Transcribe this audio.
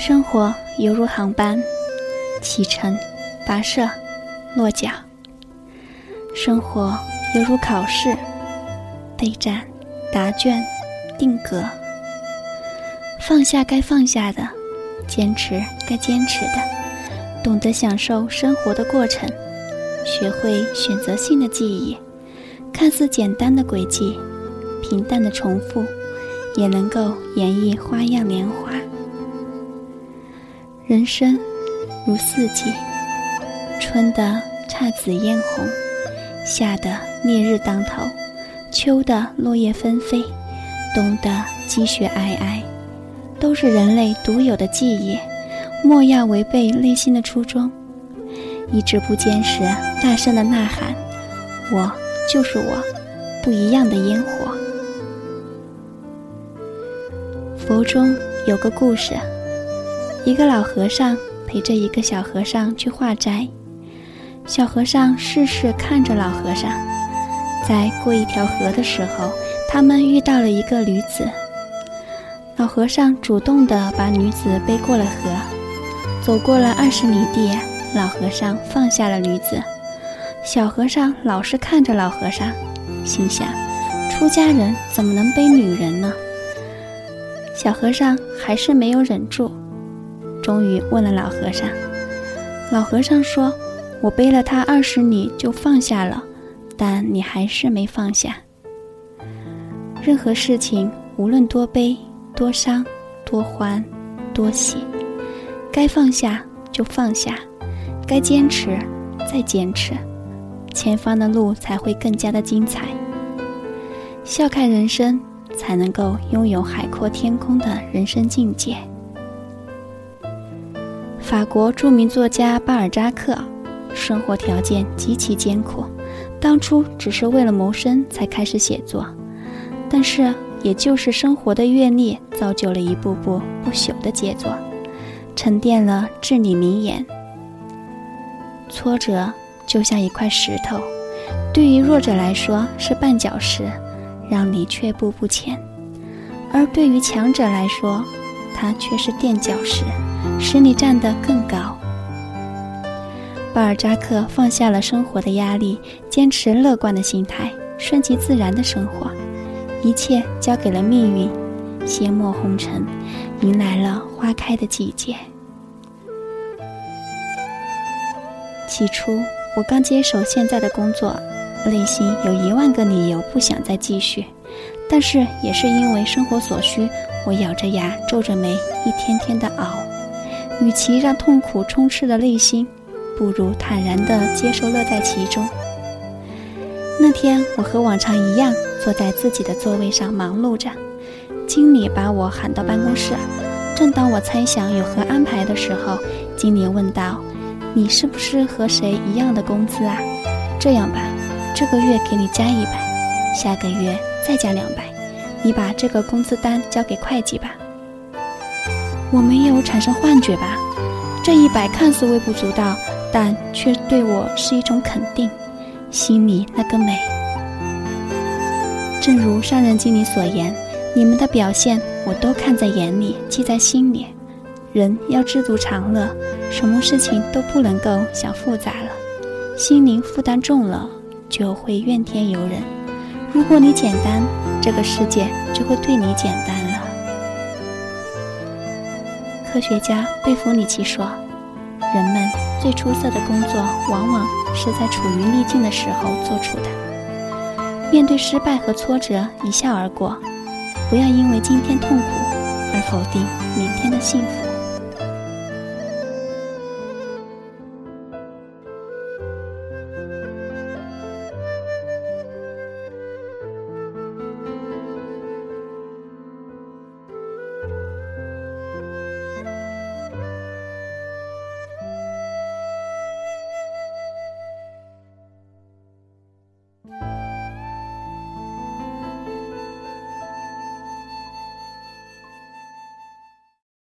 生活犹如航班，启程、跋涉、落脚；生活犹如考试，备战、答卷、定格。放下该放下的，坚持该坚持的，懂得享受生活的过程，学会选择性的记忆，看似简单的轨迹，平淡的重复，也能够演绎花样年华。人生如四季，春的姹紫嫣红，夏的烈日当头，秋的落叶纷飞，冬的积雪皑皑，都是人类独有的记忆，莫要违背内心的初衷。意志不坚实，大声的呐喊，我就是我，不一样的烟火。佛中有个故事，一个老和尚陪着一个小和尚去化斋，小和尚事事看着老和尚。在过一条河的时候，他们遇到了一个女子，老和尚主动地把女子背过了河，走过了20里地，老和尚放下了女子。小和尚老是看着老和尚，心想，出家人怎么能背女人呢？小和尚还是没有忍住，终于问了老和尚。老和尚说，我背了她20里就放下了，但你还是没放下。任何事情无论多悲多伤多欢多喜，该放下就放下，该坚持再坚持，前方的路才会更加的精彩。笑看人生，才能够拥有海阔天空的人生境界。法国著名作家巴尔扎克，生活条件极其艰苦，当初只是为了谋生才开始写作，但是也就是生活的阅历造就了一部部不朽的杰作，沉淀了至理名言。挫折就像一块石头，对于弱者来说是绊脚石，让你却步不前；而对于强者来说，它却是垫脚石，使你站得更高。巴尔扎克放下了生活的压力，坚持乐观的心态，顺其自然的生活，一切交给了命运，卸磨红尘，迎来了花开的季节。起初我刚接手现在的工作，内心有1万个理由不想再继续，但是也是因为生活所需，我咬着牙皱着眉，一天天的熬。与其让痛苦充斥的内心，不如坦然地接受乐在其中。那天我和往常一样坐在自己的座位上忙碌着，经理把我喊到办公室，正当我猜想有何安排的时候，经理问道，你是不是和谁一样的工资啊？这样吧，这个月给你加100，下个月再加200，你把这个工资单交给会计吧。我没有产生幻觉吧？这100看似微不足道，但却对我是一种肯定，心里那个美。正如上任经理所言，你们的表现我都看在眼里，记在心里。人要知足常乐，什么事情都不能够想复杂了，心灵负担重了，就会怨天尤人。如果你简单，这个世界就会对你简单了。科学家贝弗里奇说，人们最出色的工作往往是在处于逆境的时候做出的。面对失败和挫折，一笑而过，不要因为今天痛苦而否定明天的幸福。